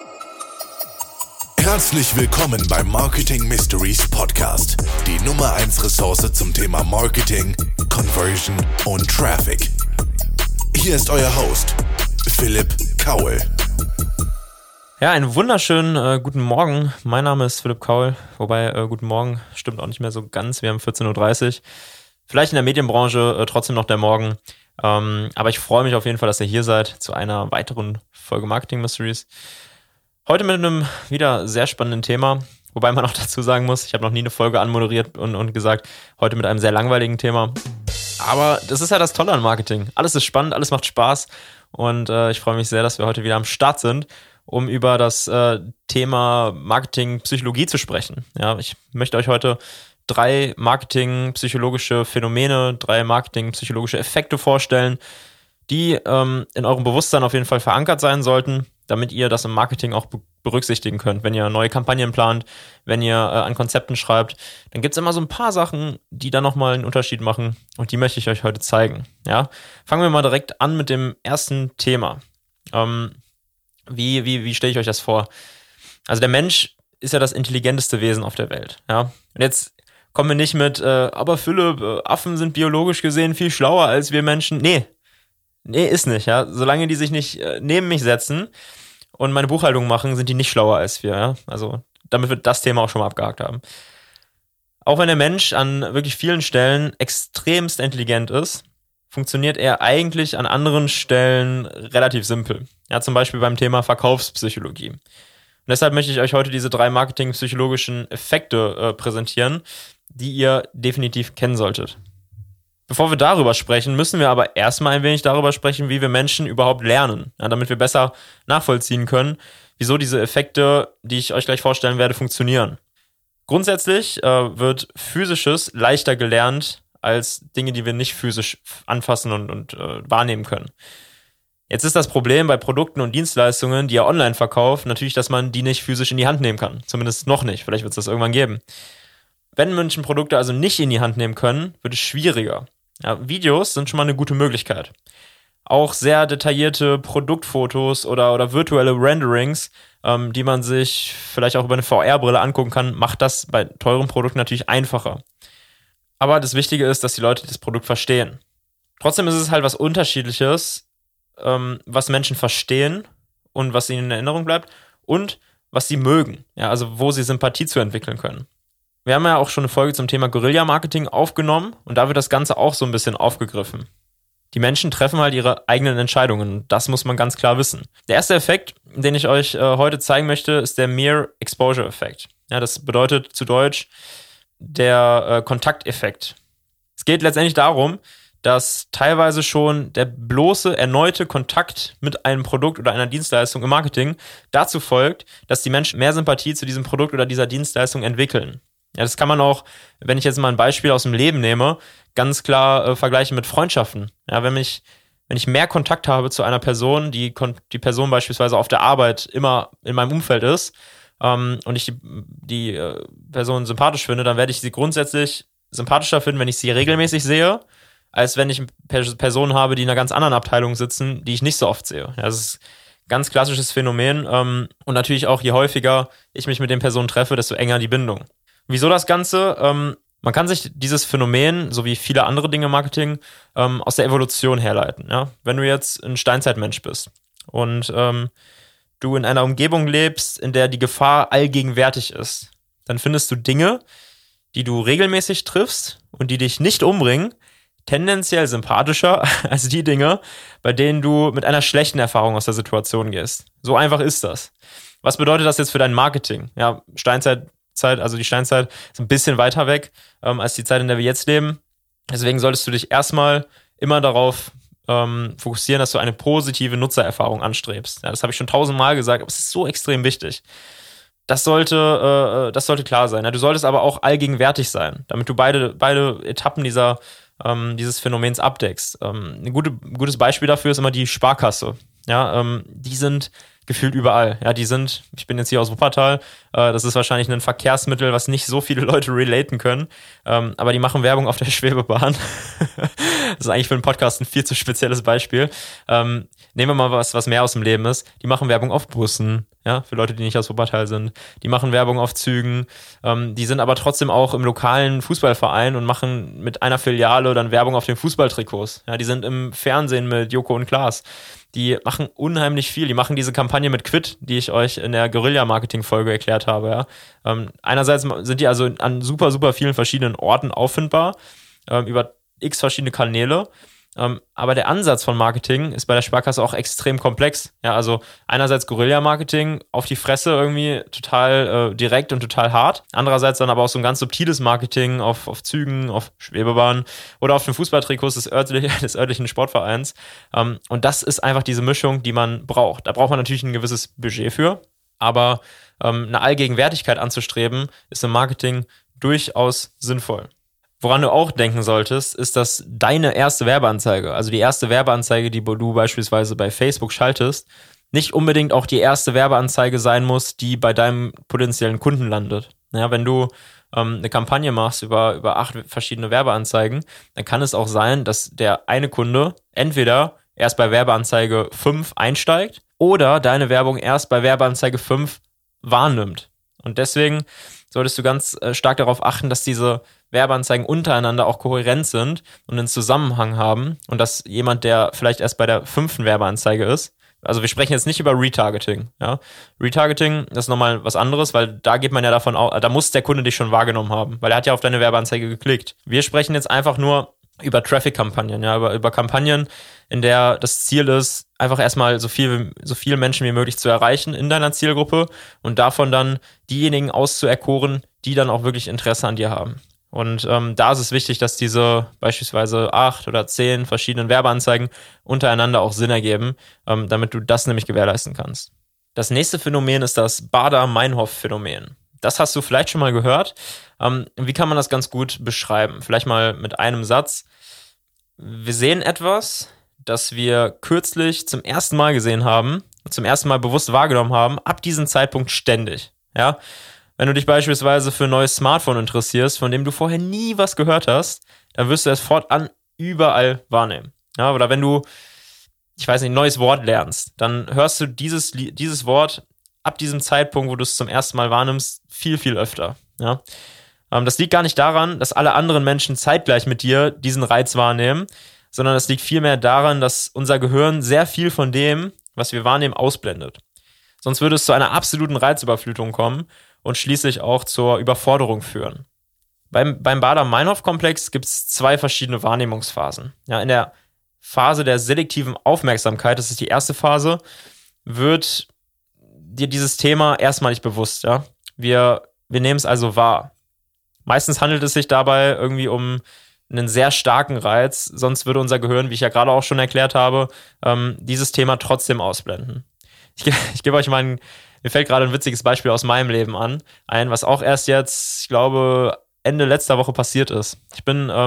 Herzlich willkommen beim Marketing Mysteries Podcast, die Nummer 1 Ressource zum Thema Marketing, Conversion und Traffic. Hier ist euer Host, Philipp Kaul. Ja, einen wunderschönen guten Morgen. Mein Name ist Philipp Kaul, wobei guten Morgen stimmt auch nicht mehr so ganz. Wir haben 14.30 Uhr. Vielleicht in der Medienbranche trotzdem noch der Morgen. Aber ich freue mich auf jeden Fall, dass ihr hier seid zu einer weiteren Folge Marketing Mysteries. Heute mit einem wieder sehr spannenden Thema, wobei man auch dazu sagen muss, ich habe noch nie eine Folge anmoderiert und gesagt, heute mit einem sehr langweiligen Thema. Aber das ist ja das Tolle an Marketing. Alles ist spannend, alles macht Spaß und ich freue mich sehr, dass wir heute wieder am Start sind, um über das Thema Marketing-Psychologie zu sprechen. Ja, ich möchte euch heute 3 Marketing-psychologische Phänomene, 3 Marketing-psychologische Effekte vorstellen, die in eurem Bewusstsein auf jeden Fall verankert sein sollten, damit ihr das im Marketing auch berücksichtigen könnt. Wenn ihr neue Kampagnen plant, wenn ihr an Konzepten schreibt, dann gibt es immer so ein paar Sachen, die dann nochmal einen Unterschied machen und die möchte ich euch heute zeigen. Ja? Fangen wir mal direkt an mit dem ersten Thema. Wie stelle ich euch das vor? Also der Mensch ist ja das intelligenteste Wesen auf der Welt. Ja? Und jetzt kommen wir nicht mit, aber Philipp, Affen sind biologisch gesehen viel schlauer als wir Menschen. Nee, ist nicht. Ja? Solange die sich nicht neben mich setzen und meine Buchhaltung machen, sind die nicht schlauer als wir. Ja? Also damit wir das Thema auch schon mal abgehakt haben. Auch wenn der Mensch an wirklich vielen Stellen extremst intelligent ist, funktioniert er eigentlich an anderen Stellen relativ simpel. Ja, zum Beispiel beim Thema Verkaufspsychologie. Und deshalb möchte ich euch heute diese 3 marketingpsychologischen Effekte präsentieren, die ihr definitiv kennen solltet. Bevor wir darüber sprechen, müssen wir aber erstmal ein wenig darüber sprechen, wie wir Menschen überhaupt lernen, ja, damit wir besser nachvollziehen können, wieso diese Effekte, die ich euch gleich vorstellen werde, funktionieren. Grundsätzlich wird Physisches leichter gelernt als Dinge, die wir nicht physisch anfassen und wahrnehmen können. Jetzt ist das Problem bei Produkten und Dienstleistungen, die ihr online verkauft, natürlich, dass man die nicht physisch in die Hand nehmen kann. Zumindest noch nicht. Vielleicht wird es das irgendwann geben. Wenn Menschen Produkte also nicht in die Hand nehmen können, wird es schwieriger. Ja, Videos sind schon mal eine gute Möglichkeit. Auch sehr detaillierte Produktfotos oder virtuelle Renderings, die man sich vielleicht auch über eine VR-Brille angucken kann, macht das bei teuren Produkten natürlich einfacher. Aber das Wichtige ist, dass die Leute das Produkt verstehen. Trotzdem ist es halt was Unterschiedliches, was Menschen verstehen und was ihnen in Erinnerung bleibt und was sie mögen. Ja, also wo sie Sympathie zu entwickeln können. Wir haben ja auch schon eine Folge zum Thema Guerilla-Marketing aufgenommen und da wird das Ganze auch so ein bisschen aufgegriffen. Die Menschen treffen halt ihre eigenen Entscheidungen und das muss man ganz klar wissen. Der erste Effekt, den ich euch heute zeigen möchte, ist der Mere Exposure Effekt. Ja, das bedeutet zu Deutsch der Kontakteffekt. Es geht letztendlich darum, dass teilweise schon der bloße erneute Kontakt mit einem Produkt oder einer Dienstleistung im Marketing dazu folgt, dass die Menschen mehr Sympathie zu diesem Produkt oder dieser Dienstleistung entwickeln. Ja, das kann man auch, wenn ich jetzt mal ein Beispiel aus dem Leben nehme, ganz klar vergleichen mit Freundschaften. Ja, wenn ich mehr Kontakt habe zu einer Person, die Person beispielsweise auf der Arbeit immer in meinem Umfeld ist, und ich die Person sympathisch finde, dann werde ich sie grundsätzlich sympathischer finden, wenn ich sie regelmäßig sehe, als wenn ich Personen habe, die in einer ganz anderen Abteilung sitzen, die ich nicht so oft sehe. Ja, das ist ein ganz klassisches Phänomen und natürlich auch, je häufiger ich mich mit den Personen treffe, desto enger die Bindung. Wieso das Ganze? Man kann sich dieses Phänomen, so wie viele andere Dinge im Marketing, aus der Evolution herleiten. Ja? Wenn du jetzt ein Steinzeitmensch bist und du in einer Umgebung lebst, in der die Gefahr allgegenwärtig ist, dann findest du Dinge, die du regelmäßig triffst und die dich nicht umbringen, tendenziell sympathischer als die Dinge, bei denen du mit einer schlechten Erfahrung aus der Situation gehst. So einfach ist das. Was bedeutet das jetzt für dein Marketing? Ja, also die Steinzeit ist ein bisschen weiter weg als die Zeit, in der wir jetzt leben. Deswegen solltest du dich erstmal immer darauf fokussieren, dass du eine positive Nutzererfahrung anstrebst. Ja, das habe ich schon 1000-mal gesagt, aber es ist so extrem wichtig. Das sollte klar sein. Ja, du solltest aber auch allgegenwärtig sein, damit du beide Etappen dieses Phänomens abdeckst. Ein gutes Beispiel dafür ist immer die Sparkasse. Ja, die sind gefühlt überall. Ja, ich bin jetzt hier aus Wuppertal, das ist wahrscheinlich ein Verkehrsmittel, was nicht so viele Leute relaten können, aber die machen Werbung auf der Schwebebahn. Das ist eigentlich für einen Podcast ein viel zu spezielles Beispiel. Nehmen wir mal was mehr aus dem Leben ist. Die machen Werbung auf Bussen, ja, für Leute, die nicht aus Wuppertal sind. Die machen Werbung auf Zügen, die sind aber trotzdem auch im lokalen Fußballverein und machen mit einer Filiale dann Werbung auf den Fußballtrikots. Ja, die sind im Fernsehen mit Joko und Klaas. Die machen unheimlich viel. Die machen diese Kampagne mit Quid, die ich euch in der Guerilla-Marketing-Folge erklärt habe. Ja. Einerseits sind die also an super, super vielen verschiedenen Orten auffindbar, über x verschiedene Kanäle. Aber der Ansatz von Marketing ist bei der Sparkasse auch extrem komplex. Ja, also einerseits Guerilla-Marketing auf die Fresse irgendwie total direkt und total hart. Andererseits dann aber auch so ein ganz subtiles Marketing auf Zügen, auf Schwebebahnen oder auf den Fußballtrikots des örtlichen Sportvereins. Und das ist einfach diese Mischung, die man braucht. Da braucht man natürlich ein gewisses Budget für, aber eine Allgegenwärtigkeit anzustreben, ist im Marketing durchaus sinnvoll. Woran du auch denken solltest, ist, dass deine erste Werbeanzeige, also die erste Werbeanzeige, die du beispielsweise bei Facebook schaltest, nicht unbedingt auch die erste Werbeanzeige sein muss, die bei deinem potenziellen Kunden landet. Ja, wenn du eine Kampagne machst über 8 verschiedene Werbeanzeigen, dann kann es auch sein, dass der eine Kunde entweder erst bei Werbeanzeige 5 einsteigt oder deine Werbung erst bei Werbeanzeige 5 wahrnimmt. Und deswegen solltest du ganz stark darauf achten, dass diese Werbeanzeigen untereinander auch kohärent sind und einen Zusammenhang haben und dass jemand, der vielleicht erst bei der 5. Werbeanzeige ist, also wir sprechen jetzt nicht über Retargeting, ja. Retargeting, das ist nochmal was anderes, weil da geht man ja davon aus, da muss der Kunde dich schon wahrgenommen haben, weil er hat ja auf deine Werbeanzeige geklickt. Wir sprechen jetzt einfach nur über Traffic-Kampagnen, ja, über Kampagnen, in der das Ziel ist, einfach erstmal so viele Menschen wie möglich zu erreichen in deiner Zielgruppe und davon dann diejenigen auszuerkoren, die dann auch wirklich Interesse an dir haben. Und da ist es wichtig, dass diese beispielsweise 8 oder 10 verschiedenen Werbeanzeigen untereinander auch Sinn ergeben, damit du das nämlich gewährleisten kannst. Das nächste Phänomen ist das Baader-Meinhof-Phänomen. Das hast du vielleicht schon mal gehört. Wie kann man das ganz gut beschreiben? Vielleicht mal mit einem Satz. Wir sehen etwas, das wir kürzlich zum ersten Mal gesehen haben, zum ersten Mal bewusst wahrgenommen haben, ab diesem Zeitpunkt ständig. Ja? Wenn du dich beispielsweise für ein neues Smartphone interessierst, von dem du vorher nie was gehört hast, dann wirst du es fortan überall wahrnehmen. Ja, oder wenn du, ich weiß nicht, ein neues Wort lernst, dann hörst du dieses Wort ab diesem Zeitpunkt, wo du es zum ersten Mal wahrnimmst, viel, viel öfter. Ja? Das liegt gar nicht daran, dass alle anderen Menschen zeitgleich mit dir diesen Reiz wahrnehmen, sondern es liegt vielmehr daran, dass unser Gehirn sehr viel von dem, was wir wahrnehmen, ausblendet. Sonst würde es zu einer absoluten Reizüberflutung kommen und schließlich auch zur Überforderung führen. Beim Baader-Meinhof-Komplex gibt es 2 verschiedene Wahrnehmungsphasen. Ja, in der Phase der selektiven Aufmerksamkeit, das ist die erste Phase, wird dir dieses Thema erstmalig bewusst. Ja? Wir nehmen es also wahr. Meistens handelt es sich dabei irgendwie um einen sehr starken Reiz, sonst würde unser Gehirn, wie ich ja gerade auch schon erklärt habe, dieses Thema trotzdem ausblenden. Ich gebe euch mal mir fällt gerade ein witziges Beispiel aus meinem Leben ein, was auch erst jetzt, ich glaube, Ende letzter Woche passiert ist. Ich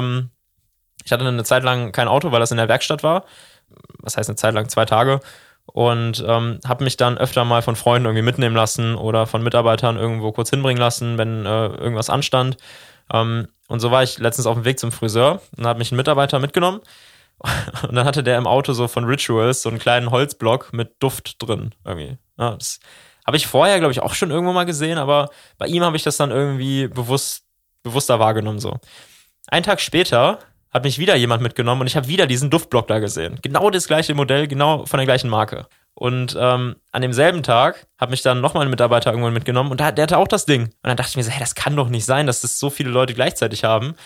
hatte eine Zeit lang kein Auto, weil das in der Werkstatt war. Was heißt eine Zeit lang? 2 Tage. Und habe mich dann öfter mal von Freunden irgendwie mitnehmen lassen oder von Mitarbeitern irgendwo kurz hinbringen lassen, wenn irgendwas anstand. Und so war ich letztens auf dem Weg zum Friseur und hat mich ein Mitarbeiter mitgenommen. Und dann hatte der im Auto so von Rituals so einen kleinen Holzblock mit Duft drin irgendwie. Ja, das habe ich vorher, glaube ich, auch schon irgendwo mal gesehen, aber bei ihm habe ich das dann irgendwie bewusster wahrgenommen so. Einen Tag später hat mich wieder jemand mitgenommen und ich habe wieder diesen Duftblock da gesehen. Genau das gleiche Modell, genau von der gleichen Marke. Und an demselben Tag hat mich dann nochmal ein Mitarbeiter irgendwann mitgenommen und der hatte auch das Ding. Und dann dachte ich mir so, hey, das kann doch nicht sein, dass das so viele Leute gleichzeitig haben.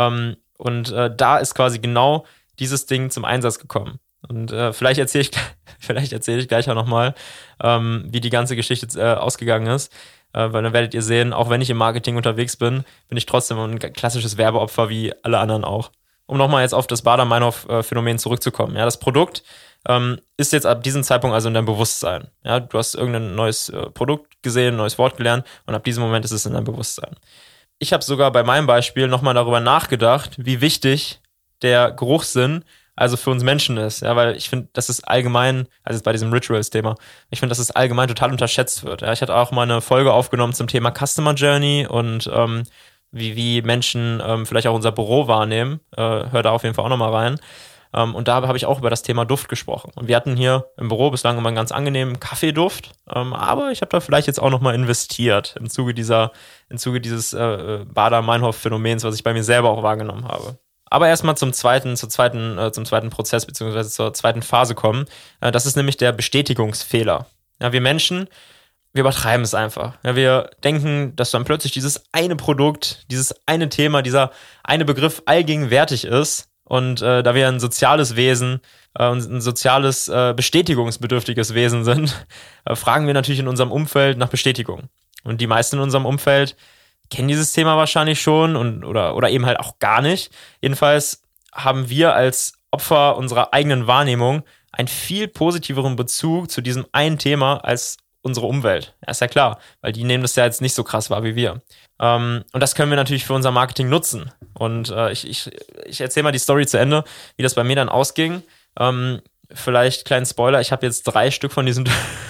Da ist quasi genau dieses Ding zum Einsatz gekommen. Und vielleicht erzähle ich gleich auch nochmal, wie die ganze Geschichte ausgegangen ist. Weil dann werdet ihr sehen, auch wenn ich im Marketing unterwegs bin, bin ich trotzdem ein klassisches Werbeopfer wie alle anderen auch. Um nochmal jetzt auf das Baader-Meinhof-Phänomen zurückzukommen. Ja, das Produkt ist jetzt ab diesem Zeitpunkt also in deinem Bewusstsein. Ja, du hast irgendein neues Produkt gesehen, ein neues Wort gelernt und ab diesem Moment ist es in deinem Bewusstsein. Ich habe sogar bei meinem Beispiel nochmal darüber nachgedacht, wie wichtig der Geruchssinn also für uns Menschen ist, ja, weil ich finde, das ist allgemein, also bei diesem Rituals-Thema, ich finde, dass es allgemein total unterschätzt wird. Ja. Ich hatte auch mal eine Folge aufgenommen zum Thema Customer Journey und wie Menschen vielleicht auch unser Büro wahrnehmen. Hör da auf jeden Fall auch nochmal rein. Und da habe ich auch über das Thema Duft gesprochen. Und wir hatten hier im Büro bislang immer einen ganz angenehmen Kaffeeduft, aber ich habe da vielleicht jetzt auch nochmal investiert im Zuge dieses Baader-Meinhof-Phänomens, was ich bei mir selber auch wahrgenommen habe. Aber erstmal zum zweiten Prozess beziehungsweise zur zweiten Phase kommen. Das ist nämlich der Bestätigungsfehler. Ja, wir Menschen, wir übertreiben es einfach. Ja, wir denken, dass dann plötzlich dieses eine Produkt, dieses eine Thema, dieser eine Begriff allgegenwärtig ist. Und da wir ein soziales Wesen und ein soziales, bestätigungsbedürftiges Wesen sind, fragen wir natürlich in unserem Umfeld nach Bestätigung. Und die meisten in unserem Umfeld kennen dieses Thema wahrscheinlich schon oder eben halt auch gar nicht. Jedenfalls haben wir als Opfer unserer eigenen Wahrnehmung einen viel positiveren Bezug zu diesem einen Thema als unsere Umwelt. Ja, ist ja klar, weil die nehmen das ja jetzt nicht so krass wahr wie wir. Und das können wir natürlich für unser Marketing nutzen. Und ich erzähle mal die Story zu Ende, wie das bei mir dann ausging. Vielleicht kleinen Spoiler, ich habe jetzt 3 Stück von diesen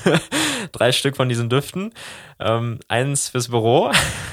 Düften. Eins fürs Büro.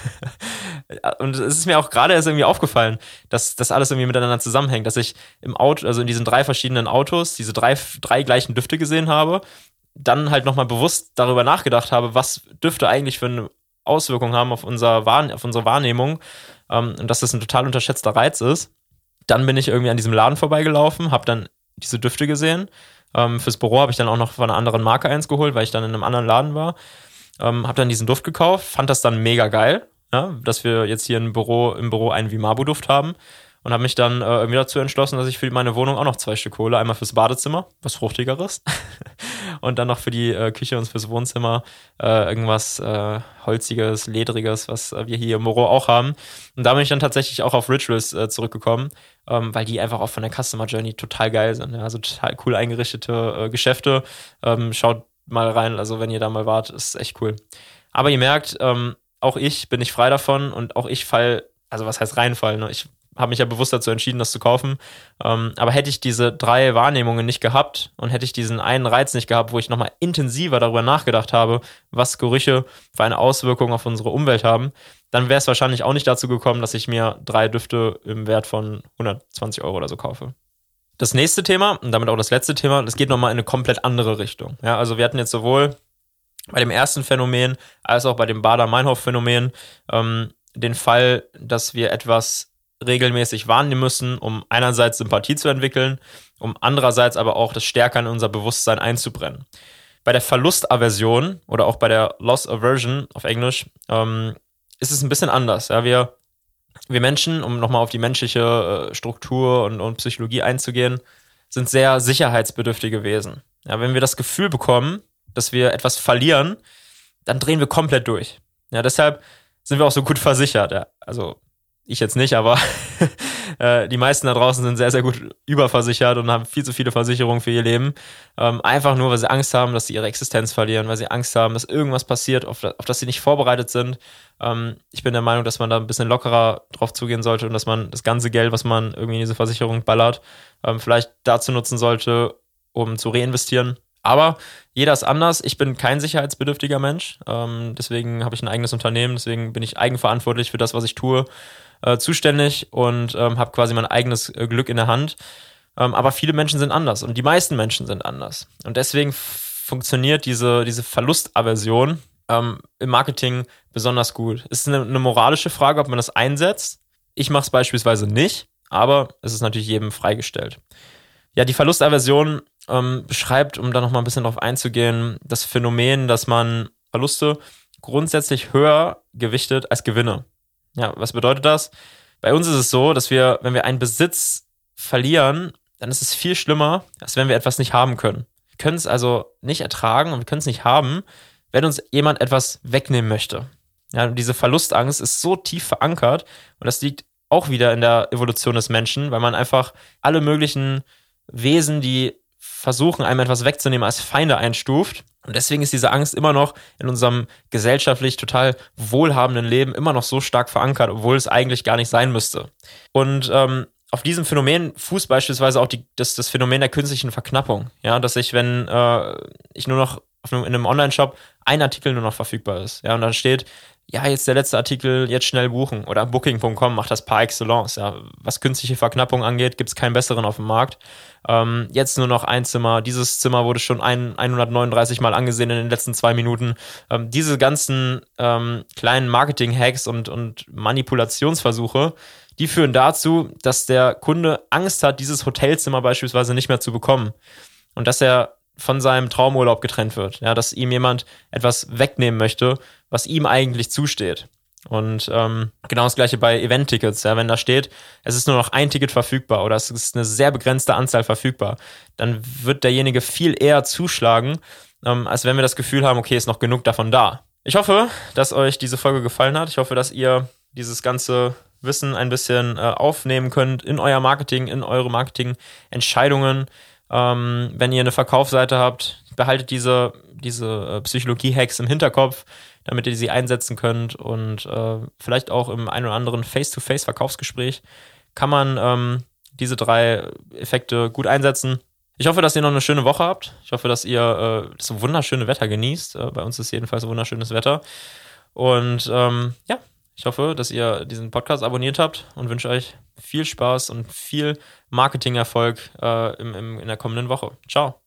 Und es ist mir auch gerade erst irgendwie aufgefallen, dass das alles irgendwie miteinander zusammenhängt, dass ich im Auto, also in diesen 3 verschiedenen Autos, diese drei gleichen Düfte gesehen habe, dann halt nochmal bewusst darüber nachgedacht habe, was Düfte eigentlich für eine Auswirkungen haben auf unsere Wahrnehmung, und dass das ein total unterschätzter Reiz ist. Dann bin ich irgendwie an diesem Laden vorbeigelaufen, habe dann diese Düfte gesehen. Fürs Büro habe ich dann auch noch von einer anderen Marke eins geholt, weil ich dann in einem anderen Laden war. Habe dann diesen Duft gekauft, fand das dann mega geil, ja, dass wir jetzt hier im Büro einen Vimabu-Duft haben. Und habe mich dann irgendwie dazu entschlossen, dass ich für meine Wohnung auch noch 2 Stück hole. Einmal fürs Badezimmer, was Fruchtigeres. Und dann noch für die Küche und fürs Wohnzimmer irgendwas Holziges, Ledriges, was wir hier im Büro auch haben. Und da bin ich dann tatsächlich auch auf Rituals zurückgekommen, weil die einfach auch von der Customer Journey total geil sind. Ja, also total cool eingerichtete Geschäfte. Schaut mal rein, also wenn ihr da mal wart, ist echt cool. Aber ihr merkt, auch ich bin nicht frei davon und auch ich also was heißt reinfallen, ne? Ich habe mich ja bewusst dazu entschieden, das zu kaufen. Aber hätte ich diese 3 Wahrnehmungen nicht gehabt und hätte ich diesen einen Reiz nicht gehabt, wo ich nochmal intensiver darüber nachgedacht habe, was Gerüche für eine Auswirkung auf unsere Umwelt haben, dann wäre es wahrscheinlich auch nicht dazu gekommen, dass ich mir 3 Düfte im Wert von 120 € oder so kaufe. Das nächste Thema, und damit auch das letzte Thema, das geht nochmal in eine komplett andere Richtung. Ja, also wir hatten jetzt sowohl bei dem ersten Phänomen als auch bei dem Baader-Meinhof-Phänomen den Fall, dass wir etwas regelmäßig wahrnehmen müssen, um einerseits Sympathie zu entwickeln, um andererseits aber auch das stärker in unser Bewusstsein einzubrennen. Bei der Verlustaversion oder auch bei der Loss Aversion auf Englisch ist es ein bisschen anders. Ja, wir Menschen, um nochmal auf die menschliche Struktur und Psychologie einzugehen, sind sehr sicherheitsbedürftige Wesen. Ja, wenn wir das Gefühl bekommen, dass wir etwas verlieren, dann drehen wir komplett durch. Ja, deshalb sind wir auch so gut versichert. Ja, also ich jetzt nicht, aber die meisten da draußen sind sehr, sehr gut überversichert und haben viel zu viele Versicherungen für ihr Leben. Einfach nur, weil sie Angst haben, dass sie ihre Existenz verlieren, weil sie Angst haben, dass irgendwas passiert, auf das sie nicht vorbereitet sind. Ich bin der Meinung, dass man da ein bisschen lockerer drauf zugehen sollte und dass man das ganze Geld, was man irgendwie in diese Versicherung ballert, vielleicht dazu nutzen sollte, um zu reinvestieren. Aber jeder ist anders. Ich bin kein sicherheitsbedürftiger Mensch. Deswegen habe ich ein eigenes Unternehmen. Deswegen bin ich eigenverantwortlich für das, was ich tue, zuständig und habe quasi mein eigenes Glück in der Hand. Aber viele Menschen sind anders und die meisten Menschen sind anders. Und deswegen funktioniert diese Verlustaversion im Marketing besonders gut. Es ist eine moralische Frage, ob man das einsetzt. Ich mache es beispielsweise nicht, aber es ist natürlich jedem freigestellt. Ja, die Verlustaversion beschreibt, um da nochmal ein bisschen drauf einzugehen, das Phänomen, dass man Verluste grundsätzlich höher gewichtet als Gewinne. Ja, was bedeutet das? Bei uns ist es so, dass wenn wir einen Besitz verlieren, dann ist es viel schlimmer, als wenn wir etwas nicht haben können. Wir können es also nicht ertragen und wir können es nicht haben, wenn uns jemand etwas wegnehmen möchte. Ja, und diese Verlustangst ist so tief verankert und das liegt auch wieder in der Evolution des Menschen, weil man einfach alle möglichen Wesen, die versuchen, einem etwas wegzunehmen, als Feinde einstuft. Und deswegen ist diese Angst immer noch in unserem gesellschaftlich total wohlhabenden Leben immer noch so stark verankert, obwohl es eigentlich gar nicht sein müsste. Und auf diesem Phänomen fußt beispielsweise auch das Phänomen der künstlichen Verknappung. Ja, dass wenn ich nur noch in einem Online-Shop ein Artikel nur noch verfügbar ist. Ja, und dann steht, ja, jetzt der letzte Artikel, jetzt schnell buchen. Oder Booking.com macht das par excellence. Ja. Was künstliche Verknappung angeht, gibt es keinen besseren auf dem Markt. Jetzt nur noch ein Zimmer. Dieses Zimmer wurde schon 139 Mal angesehen in den letzten 2 Minuten. Diese ganzen kleinen Marketing-Hacks und Manipulationsversuche, die führen dazu, dass der Kunde Angst hat, dieses Hotelzimmer beispielsweise nicht mehr zu bekommen. Und dass er von seinem Traumurlaub getrennt wird. Ja, dass ihm jemand etwas wegnehmen möchte, was ihm eigentlich zusteht. Und genau das gleiche bei Event-Tickets. Ja, wenn da steht, es ist nur noch ein Ticket verfügbar oder es ist eine sehr begrenzte Anzahl verfügbar, dann wird derjenige viel eher zuschlagen, als wenn wir das Gefühl haben, okay, ist noch genug davon da. Ich hoffe, dass euch diese Folge gefallen hat. Ich hoffe, dass ihr dieses ganze Wissen ein bisschen aufnehmen könnt in euer Marketing, in eure Marketingentscheidungen. Wenn ihr eine Verkaufsseite habt, behaltet diese Psychologie-Hacks im Hinterkopf, damit ihr sie einsetzen könnt und vielleicht auch im ein oder anderen Face-to-Face-Verkaufsgespräch kann man diese 3 Effekte gut einsetzen. Ich hoffe, dass ihr noch eine schöne Woche habt. Ich hoffe, dass ihr das wunderschöne Wetter genießt. Bei uns ist jedenfalls wunderschönes Wetter. Und ja, ich hoffe, dass ihr diesen Podcast abonniert habt und wünsche euch viel Spaß und viel Marketingerfolg in der kommenden Woche. Ciao.